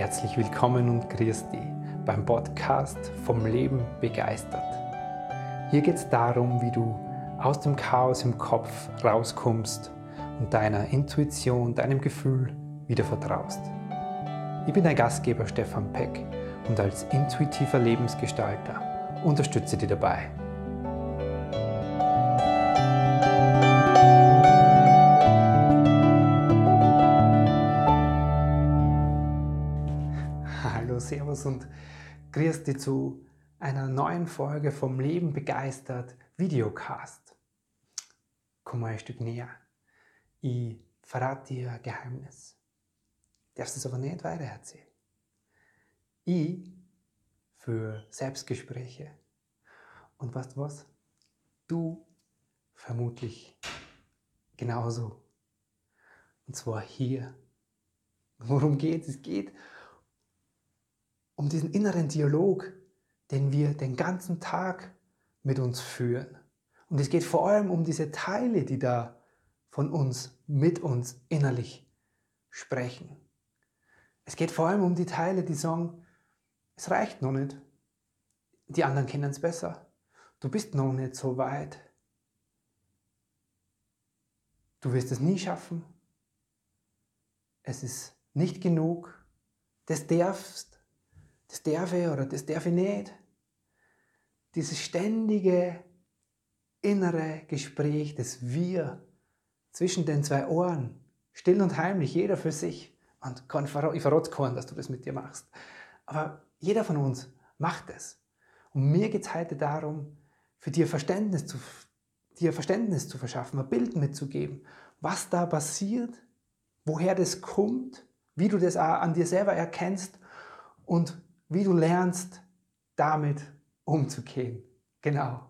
Herzlich willkommen und grüß dich beim Podcast Vom Leben begeistert. Hier geht es darum, wie du aus dem Chaos im Kopf rauskommst und deiner Intuition, deinem Gefühl wieder vertraust. Ich bin dein Gastgeber Stefan Peck und als intuitiver Lebensgestalter unterstütze dich dabei. Hallo, Servus und grüß dich zu einer neuen Folge vom Leben begeistert Videocast. Komm mal ein Stück näher. Ich verrate dir ein Geheimnis. Darfst es aber nicht weitererzählen. Ich für Selbstgespräche. Und weißt du was? Du vermutlich genauso. Und zwar hier. Worum geht es? Es geht um diesen inneren Dialog, den wir den ganzen Tag mit uns führen. Und es geht vor allem um diese Teile, die da von uns, mit uns innerlich sprechen. Es geht vor allem um die Teile, die sagen, es reicht noch nicht. Die anderen kennen es besser. Du bist noch nicht so weit. Du wirst es nie schaffen. Es ist nicht genug. Das darf ich oder das darf ich nicht. Dieses ständige innere Gespräch, das wir zwischen den zwei Ohren, still und heimlich, jeder für sich, und ich verrate keinen, dass du das mit dir machst, aber jeder von uns macht es. Und mir geht es heute darum, für dir Verständnis zu verschaffen, ein Bild mitzugeben, was da passiert, woher das kommt, wie du das auch an dir selber erkennst und wie du lernst, damit umzugehen. Genau.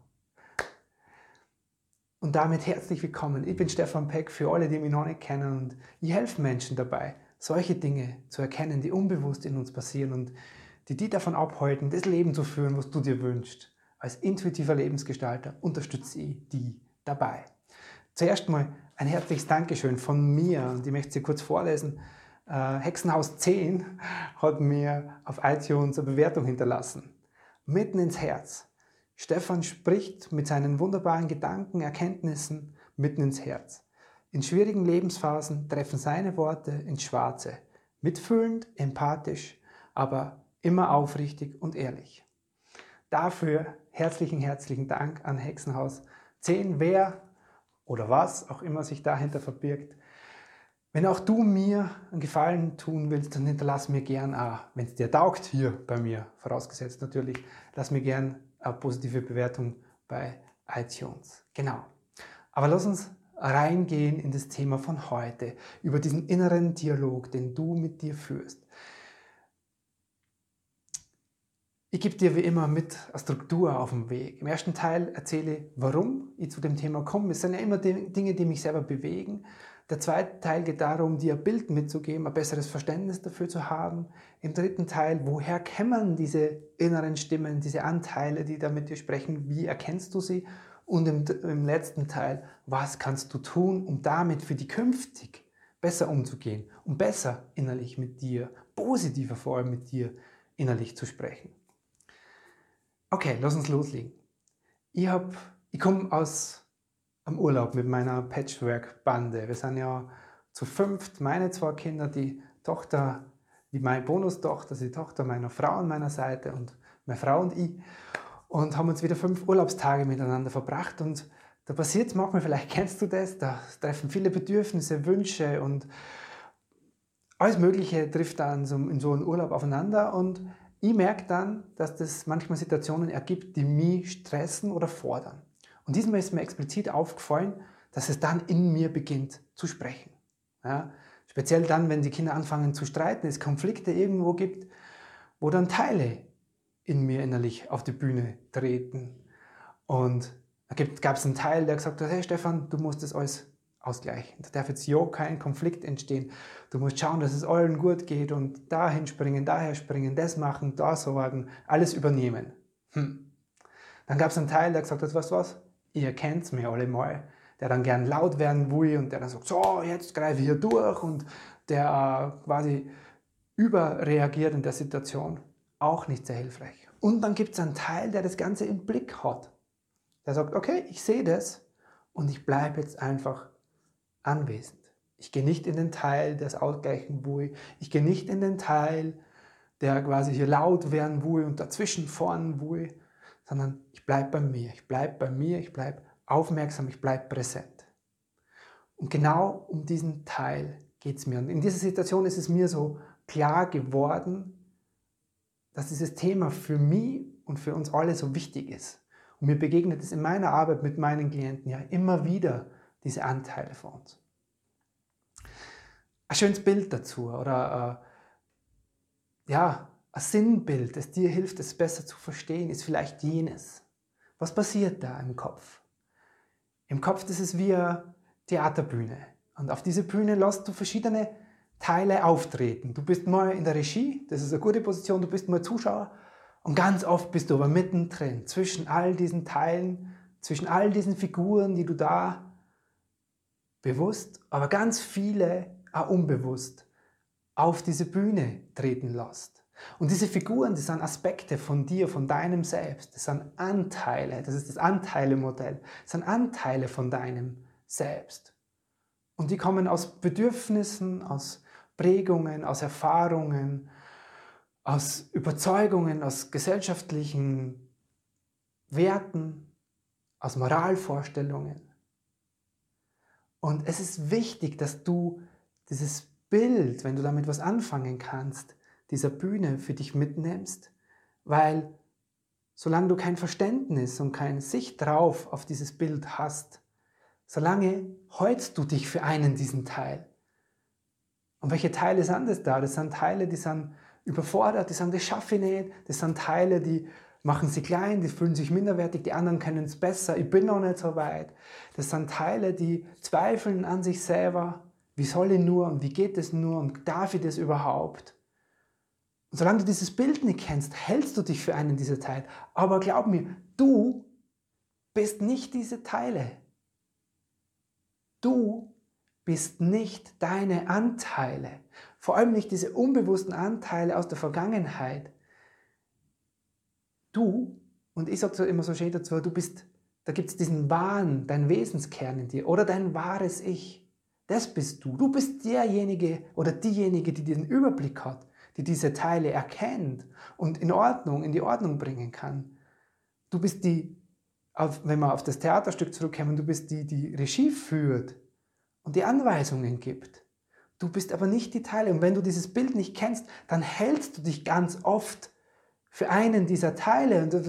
Und damit herzlich willkommen. Ich bin Stefan Peck, für alle, die mich noch nicht kennen, und ich helfe Menschen dabei, solche Dinge zu erkennen, die unbewusst in uns passieren und die davon abhalten, das Leben zu führen, was du dir wünschst. Als intuitiver Lebensgestalter unterstütze ich die dabei. Zuerst mal ein herzliches Dankeschön von mir, und ich möchte sie kurz vorlesen. Hexenhaus 10 hat mir auf iTunes eine Bewertung hinterlassen. Mitten ins Herz. Stefan spricht mit seinen wunderbaren Gedanken, Erkenntnissen mitten ins Herz. In schwierigen Lebensphasen treffen seine Worte ins Schwarze. Mitfühlend, empathisch, aber immer aufrichtig und ehrlich. Dafür herzlichen Dank an Hexenhaus 10, wer oder was auch immer sich dahinter verbirgt. Wenn auch du mir einen Gefallen tun willst, dann hinterlass mir gern, wenn es dir taugt hier bei mir, vorausgesetzt natürlich, lass mir gern eine positive Bewertung bei iTunes. Genau. Aber lass uns reingehen in das Thema von heute, über diesen inneren Dialog, den du mit dir führst. Ich gebe dir wie immer mit eine Struktur auf dem Weg. Im ersten Teil erzähle ich, warum ich zu dem Thema komme. Es sind ja immer Dinge, die mich selber bewegen. Der zweite Teil geht darum, dir ein Bild mitzugeben, ein besseres Verständnis dafür zu haben. Im dritten Teil, woher kämen diese inneren Stimmen, diese Anteile, die da mit dir sprechen, wie erkennst du sie? Und im letzten Teil, was kannst du tun, um damit für die künftig besser umzugehen, um besser innerlich mit dir, positiver vor allem mit dir innerlich zu sprechen. Okay, lass uns loslegen. Ich komme aus am Urlaub mit meiner Patchwork-Bande. Wir sind ja zu fünft, meine zwei Kinder, die Tochter, meine Bonustochter, die Tochter meiner Frau an meiner Seite und meine Frau und ich, und haben uns wieder 5 Urlaubstage miteinander verbracht. Und da passiert es manchmal, vielleicht kennst du das, da treffen viele Bedürfnisse, Wünsche und alles Mögliche trifft dann in so einem Urlaub aufeinander, und ich merke dann, dass das manchmal Situationen ergibt, die mich stressen oder fordern. Und diesmal ist mir explizit aufgefallen, dass es dann in mir beginnt zu sprechen. Ja, speziell dann, wenn die Kinder anfangen zu streiten, es Konflikte irgendwo gibt, wo dann Teile in mir innerlich auf die Bühne treten. Und da gab es einen Teil, der gesagt hat, hey Stefan, du musst das alles ausgleichen. Da darf jetzt ja kein Konflikt entstehen. Du musst schauen, dass es allen gut geht und dahin springen, daher springen, das machen, da sorgen, alles übernehmen. Dann gab es einen Teil, der gesagt hat, weißt du was, ihr kennt es mir alle mal, der dann gern laut werden will und der dann sagt, so, jetzt greife ich hier durch, und der quasi überreagiert in der Situation, auch nicht sehr hilfreich. Und dann gibt es einen Teil, der das Ganze im Blick hat. Der sagt, okay, ich sehe das und ich bleibe jetzt einfach anwesend. Ich gehe nicht in den Teil, der es ausgleichen will. Ich gehe nicht in den Teil, der quasi hier laut werden will und dazwischen fahren will, sondern ich bleibe bei mir. Ich bleibe bei mir, ich bleibe aufmerksam, ich bleibe präsent. Und genau um diesen Teil geht es mir. Und in dieser Situation ist es mir so klar geworden, dass dieses Thema für mich und für uns alle so wichtig ist. Und mir begegnet es in meiner Arbeit mit meinen Klienten ja immer wieder, diese Anteile von uns. Ein schönes Bild dazu oder ein Sinnbild, das dir hilft, es besser zu verstehen, ist vielleicht jenes. Was passiert da im Kopf? Im Kopf, das ist wie eine Theaterbühne. Und auf diese Bühne lässt du verschiedene Teile auftreten. Du bist mal in der Regie, das ist eine gute Position, du bist mal Zuschauer. Und ganz oft bist du aber mittendrin, zwischen all diesen Teilen, zwischen all diesen Figuren, die du da bewusst, aber ganz viele auch unbewusst auf diese Bühne treten lässt. Und diese Figuren, das sind Aspekte von dir, von deinem Selbst. Das sind Anteile, das ist das Anteilemodell. Das sind Anteile von deinem Selbst. Und die kommen aus Bedürfnissen, aus Prägungen, aus Erfahrungen, aus Überzeugungen, aus gesellschaftlichen Werten, aus Moralvorstellungen. Und es ist wichtig, dass du dieses Bild, wenn du damit was anfangen kannst, dieser Bühne für dich mitnimmst, weil solange du kein Verständnis und keine Sicht drauf auf dieses Bild hast, solange hältst du dich für einen diesen Teil. Und welche Teile sind das da? Das sind Teile, die sind überfordert, die sagen, das schaffe ich nicht. Das sind Teile, die machen sie klein, die fühlen sich minderwertig, die anderen können es besser, ich bin noch nicht so weit. Das sind Teile, die zweifeln an sich selber. Wie soll ich nur und wie geht es nur und darf ich das überhaupt? Und solange du dieses Bild nicht kennst, hältst du dich für einen dieser Teile. Aber glaub mir, du bist nicht diese Teile. Du bist nicht deine Anteile. Vor allem nicht diese unbewussten Anteile aus der Vergangenheit. Du, und ich sage immer so schön dazu, du bist, da gibt es diesen wahren, dein Wesenskern in dir oder dein wahres Ich. Das bist du. Du bist derjenige oder diejenige, die diesen Überblick hat, die diese Teile erkennt und in die Ordnung bringen kann. Du bist die, wenn wir auf das Theaterstück zurückkommen, du bist die, die Regie führt und die Anweisungen gibt. Du bist aber nicht die Teile. Und wenn du dieses Bild nicht kennst, dann hältst du dich ganz oft für einen dieser Teile. Und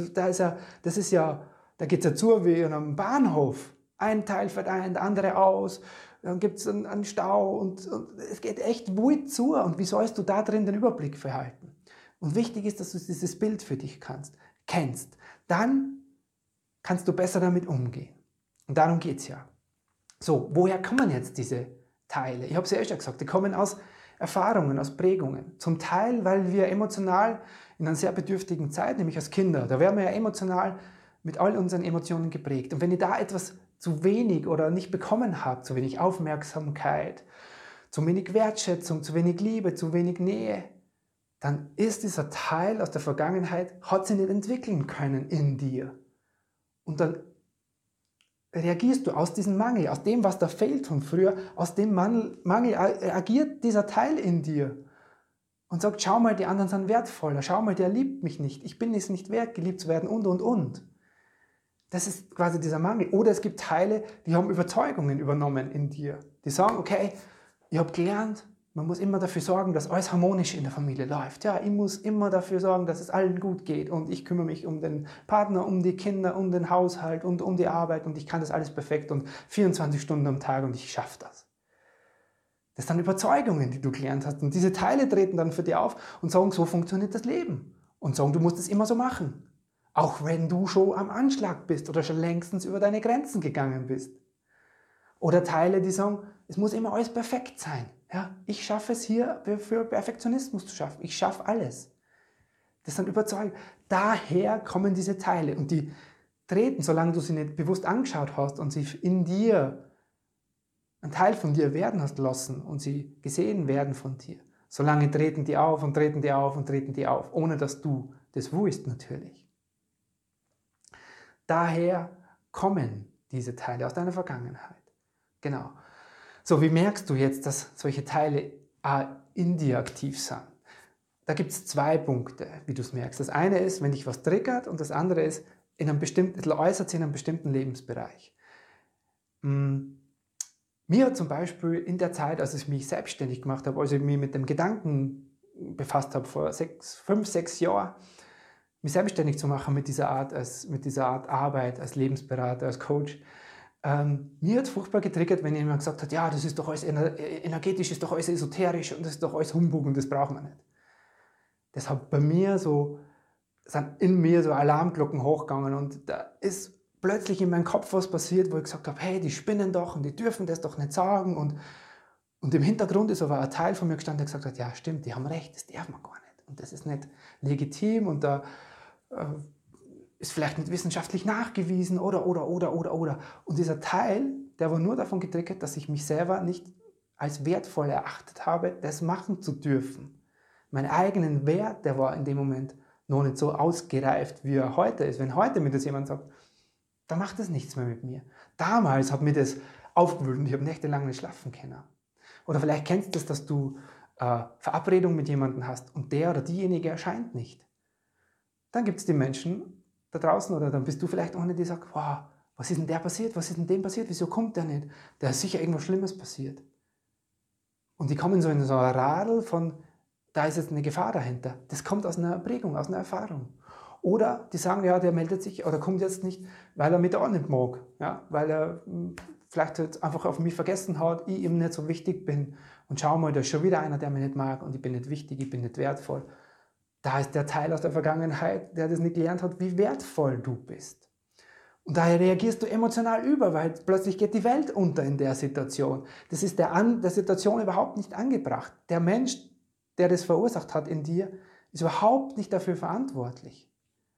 da geht es ja zu wie in einem Bahnhof. Ein Teil fährt ein, der andere aus, dann gibt es einen Stau und es geht echt wild zu. Und wie sollst du da drin den Überblick behalten? Und wichtig ist, dass du dieses Bild für dich kennst. Dann kannst du besser damit umgehen. Und darum geht es ja. So, woher kommen jetzt diese Teile? Ich habe es ja schon gesagt, die kommen aus Erfahrungen, aus Prägungen. Zum Teil, weil wir emotional in einer sehr bedürftigen Zeit, nämlich als Kinder, da werden wir ja emotional mit all unseren Emotionen geprägt. Und wenn ihr da etwas zu wenig oder nicht bekommen habt, zu wenig Aufmerksamkeit, zu wenig Wertschätzung, zu wenig Liebe, zu wenig Nähe, dann ist dieser Teil aus der Vergangenheit, hat sich nicht entwickeln können in dir. Und dann reagierst du aus diesem Mangel, aus dem, was da fehlt von früher, aus dem Mangel agiert dieser Teil in dir und sagt, schau mal, die anderen sind wertvoller, schau mal, der liebt mich nicht, ich bin es nicht wert, geliebt zu werden und. Das ist quasi dieser Mangel. Oder es gibt Teile, die haben Überzeugungen übernommen in dir. Die sagen, okay, ich habe gelernt, man muss immer dafür sorgen, dass alles harmonisch in der Familie läuft. Ja, ich muss immer dafür sorgen, dass es allen gut geht und ich kümmere mich um den Partner, um die Kinder, um den Haushalt und um die Arbeit und ich kann das alles perfekt und 24 Stunden am Tag und ich schaffe das. Das sind Überzeugungen, die du gelernt hast und diese Teile treten dann für dich auf und sagen, so funktioniert das Leben und sagen, du musst es immer so machen. Auch wenn du schon am Anschlag bist oder schon längstens über deine Grenzen gegangen bist. Oder Teile, die sagen, es muss immer alles perfekt sein. Ja, ich schaffe es hier für Perfektionismus zu schaffen. Ich schaffe alles. Das sind Überzeugungen. Daher kommen diese Teile und die treten, solange du sie nicht bewusst angeschaut hast und sie in dir ein Teil von dir werden hast lassen und sie gesehen werden von dir, solange treten die auf und treten die auf und treten die auf, ohne dass du das willst natürlich. Daher kommen diese Teile aus deiner Vergangenheit. Genau. So, wie merkst du jetzt, dass solche Teile in dir aktiv sind? Da gibt es 2 Punkte, wie du es merkst. Das eine ist, wenn dich was triggert, und das andere ist, es äußert sich in einem bestimmten Lebensbereich. Mir hat zum Beispiel in der Zeit, als ich mich selbstständig gemacht habe, als ich mich mit dem Gedanken befasst habe, vor 5, 6 Jahren, mich selbstständig zu machen mit dieser Art Arbeit, als Lebensberater, als Coach, mir hat es furchtbar getriggert, wenn jemand gesagt hat, ja, das ist doch alles energetisch, ist doch alles esoterisch und das ist doch alles Humbug und das braucht man nicht. Das hat sind in mir so Alarmglocken hochgegangen und da ist plötzlich in meinem Kopf was passiert, wo ich gesagt habe, hey, die spinnen doch und die dürfen das doch nicht sagen und im Hintergrund ist aber ein Teil von mir gestanden, der gesagt hat, ja stimmt, die haben recht, das darf man gar nicht und das ist nicht legitim und da ist vielleicht nicht wissenschaftlich nachgewiesen oder. Und dieser Teil, der war nur davon getriggert, dass ich mich selber nicht als wertvoll erachtet habe, das machen zu dürfen. Mein eigenen Wert, der war in dem Moment noch nicht so ausgereift, wie er heute ist. Wenn heute mir das jemand sagt, dann macht das nichts mehr mit mir. Damals hat mir das aufgewühlt und ich habe nächtelang nicht schlafen können. Oder vielleicht kennst du das, dass du Verabredung mit jemandem hast und der oder diejenige erscheint nicht. Dann gibt es die Menschen da draußen oder dann bist du vielleicht auch nicht, die sagt, wow, was ist denn der passiert, was ist denn dem passiert, wieso kommt der nicht? Da ist sicher irgendwas Schlimmes passiert. Und die kommen so in so ein Radl von, da ist jetzt eine Gefahr dahinter. Das kommt aus einer Prägung, aus einer Erfahrung. Oder die sagen, ja, der meldet sich oder kommt jetzt nicht, weil er mich auch nicht mag. Ja? Weil er vielleicht jetzt einfach auf mich vergessen hat, ich ihm nicht so wichtig bin. Und schau mal, da ist schon wieder einer, der mich nicht mag und ich bin nicht wichtig, ich bin nicht wertvoll. Da ist der Teil aus der Vergangenheit, der das nicht gelernt hat, wie wertvoll du bist. Und daher reagierst du emotional über, weil plötzlich geht die Welt unter in der Situation. Das ist der Situation überhaupt nicht angebracht. Der Mensch, der das verursacht hat in dir, ist überhaupt nicht dafür verantwortlich.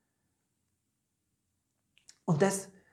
Und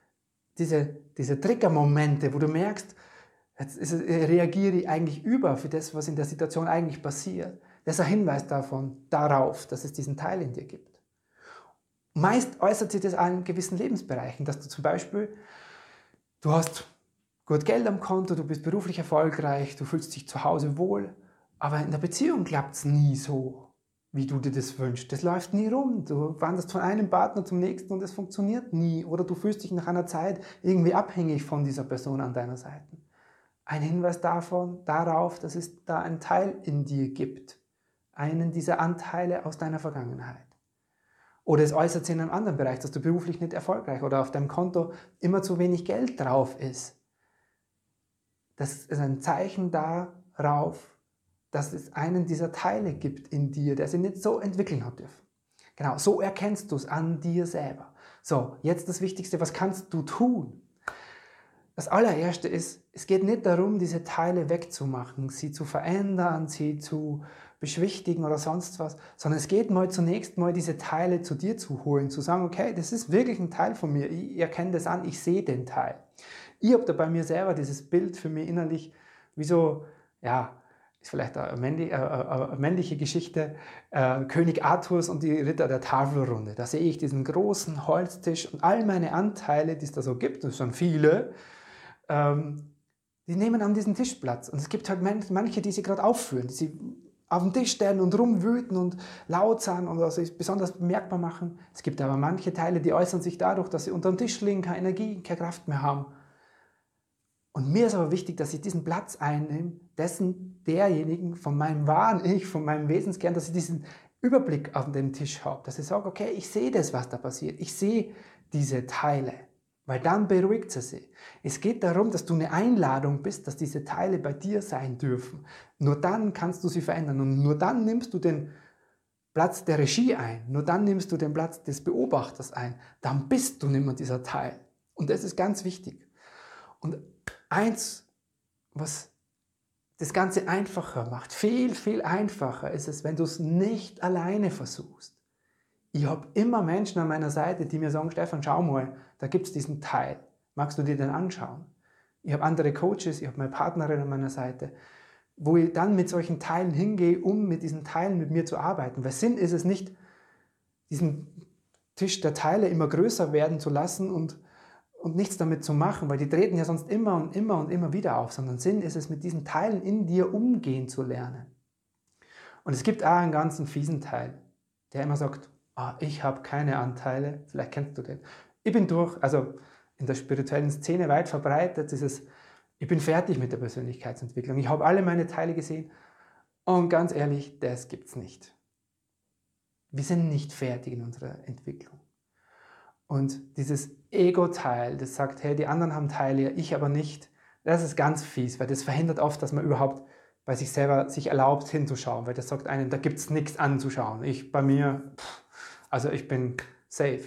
diese Triggermomente, wo du merkst, jetzt reagiere ich eigentlich über für das, was in der Situation eigentlich passiert, das ist ein Hinweis darauf, dass es diesen Teil in dir gibt. Meist äußert sich das in gewissen Lebensbereichen, dass du zum Beispiel, du hast gut Geld am Konto, du bist beruflich erfolgreich, du fühlst dich zu Hause wohl, aber in der Beziehung klappt es nie so, wie du dir das wünschst. Das läuft nie rum. Du wanderst von einem Partner zum nächsten und es funktioniert nie. Oder du fühlst dich nach einer Zeit irgendwie abhängig von dieser Person an deiner Seite. Ein Hinweis darauf, dass es da einen Teil in dir gibt. Einen dieser Anteile aus deiner Vergangenheit. Oder es äußert sich in einem anderen Bereich, dass du beruflich nicht erfolgreich oder auf deinem Konto immer zu wenig Geld drauf ist. Das ist ein Zeichen darauf, dass es einen dieser Teile gibt in dir, der sich nicht so entwickeln hat dürfen. Genau, so erkennst du es an dir selber. So, jetzt das Wichtigste, was kannst du tun? Das allererste ist, es geht nicht darum, diese Teile wegzumachen, sie zu verändern, sie zu beschwichtigen oder sonst was, sondern es geht zunächst mal diese Teile zu dir zu holen, zu sagen, okay, das ist wirklich ein Teil von mir, ich erkenne das an, ich sehe den Teil. Ich habe da bei mir selber dieses Bild für mich innerlich, wie so, ja, ist vielleicht eine männliche Geschichte, König Arthurs und die Ritter der Tafelrunde. Da sehe ich diesen großen Holztisch und all meine Anteile, die es da so gibt, das sind viele, die nehmen an diesem Tisch Platz. Und es gibt halt manche, die sie gerade aufführen, die sie auf dem Tisch stellen und rumwüten und laut sind und also besonders bemerkbar machen. Es gibt aber manche Teile, die äußern sich dadurch, dass sie unter dem Tisch liegen, keine Energie, keine Kraft mehr haben. Und mir ist aber wichtig, dass ich diesen Platz einnehme, derjenigen von meinem wahren Ich, von meinem Wesenskern, dass ich diesen Überblick auf dem Tisch habe, dass ich sage, okay, ich sehe das, was da passiert, ich sehe diese Teile, weil dann beruhigt sie. Es geht darum, dass du eine Einladung bist, dass diese Teile bei dir sein dürfen. Nur dann kannst du sie verändern und nur dann nimmst du den Platz der Regie ein, nur dann nimmst du den Platz des Beobachters ein, dann bist du nicht mehr dieser Teil. Und das ist ganz wichtig. Und eins, was das Ganze einfacher macht, viel, viel einfacher ist es, wenn du es nicht alleine versuchst. Ich habe immer Menschen an meiner Seite, die mir sagen, Stefan, schau mal, da gibt es diesen Teil. Magst du dir den anschauen? Ich habe andere Coaches, ich habe meine Partnerin an meiner Seite, wo ich dann mit solchen Teilen hingehe, um mit diesen Teilen mit mir zu arbeiten. Weil Sinn ist es nicht, diesen Tisch der Teile immer größer werden zu lassen und nichts damit zu machen, weil die treten ja sonst immer und immer und immer wieder auf, sondern Sinn ist es, mit diesen Teilen in dir umgehen zu lernen. Und es gibt auch einen ganzen fiesen Teil, der immer sagt, ich habe keine Anteile, vielleicht kennst du den. Ich bin durch, also in der spirituellen Szene weit verbreitet, ich bin fertig mit der Persönlichkeitsentwicklung, ich habe alle meine Teile gesehen und ganz ehrlich, das gibt's nicht. Wir sind nicht fertig in unserer Entwicklung. Und dieses Ego-Teil, das sagt, hey, die anderen haben Teile, ich aber nicht, das ist ganz fies, weil das verhindert oft, dass man überhaupt bei sich selber sich erlaubt hinzuschauen, weil das sagt einem, da gibt es nichts anzuschauen. Ich bin safe.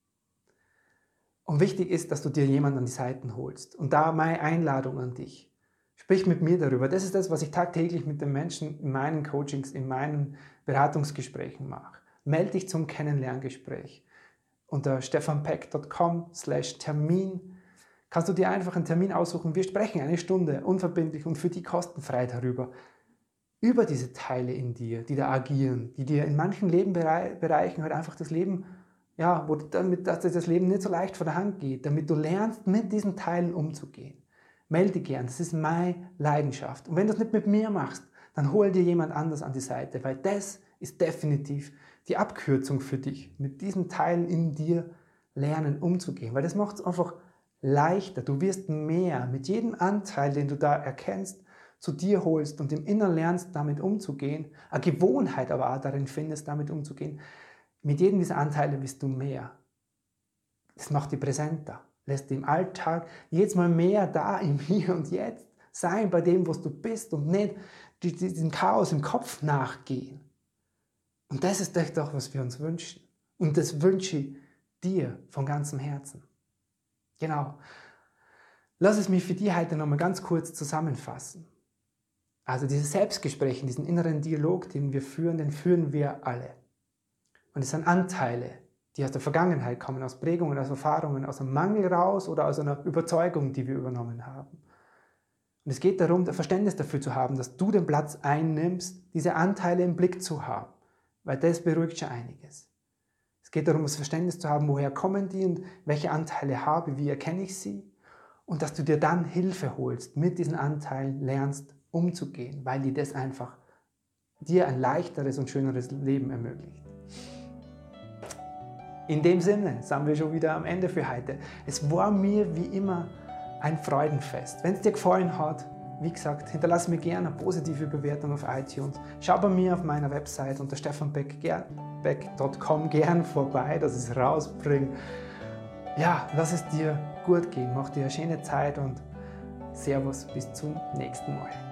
Und wichtig ist, dass du dir jemanden an die Seiten holst. Und da meine Einladung an dich. Sprich mit mir darüber. Das ist das, was ich tagtäglich mit den Menschen in meinen Coachings, in meinen Beratungsgesprächen mache. Melde dich zum Kennenlerngespräch. Unter stefanpeck.com/Termin kannst du dir einfach einen Termin aussuchen. Wir sprechen eine Stunde unverbindlich und für die kostenfrei darüber. Über diese Teile in dir, die da agieren, die dir in manchen Lebensbereichen halt einfach das Leben, dass das Leben nicht so leicht von der Hand geht, damit du lernst, mit diesen Teilen umzugehen. Melde dich gern, das ist meine Leidenschaft. Und wenn du das nicht mit mir machst, dann hol dir jemand anders an die Seite, weil das ist definitiv die Abkürzung für dich, mit diesen Teilen in dir lernen umzugehen, weil das macht es einfach leichter. Du wirst mehr mit jedem Anteil, den du da erkennst, zu dir holst und im Inneren lernst, damit umzugehen, eine Gewohnheit aber auch darin findest, damit umzugehen. Mit jedem dieser Anteile bist du mehr. Das macht dich präsenter, lässt dich im Alltag jedes Mal mehr da im Hier und Jetzt sein, bei dem, was du bist und nicht diesem Chaos im Kopf nachgehen. Und das ist doch, was wir uns wünschen. Und das wünsche ich dir von ganzem Herzen. Genau. Lass es mich für dich heute nochmal ganz kurz zusammenfassen. Also dieses Selbstgespräch, diesen inneren Dialog, den führen wir alle. Und es sind Anteile, die aus der Vergangenheit kommen, aus Prägungen, aus Erfahrungen, aus einem Mangel raus oder aus einer Überzeugung, die wir übernommen haben. Und es geht darum, das Verständnis dafür zu haben, dass du den Platz einnimmst, diese Anteile im Blick zu haben. Weil das beruhigt schon einiges. Es geht darum, das Verständnis zu haben, woher kommen die und welche Anteile habe, wie erkenne ich sie. Und dass du dir dann Hilfe holst, mit diesen Anteilen lernst umzugehen, weil die das einfach dir ein leichteres und schöneres Leben ermöglicht. In dem Sinne sind wir schon wieder am Ende für heute. Es war mir wie immer ein Freudenfest. Wenn es dir gefallen hat, wie gesagt, hinterlass mir gerne eine positive Bewertung auf iTunes. Schau bei mir auf meiner Website unter stefanpeck.com gern vorbei, dass ich es rausbringe. Ja, lass es dir gut gehen, mach dir eine schöne Zeit und Servus, bis zum nächsten Mal.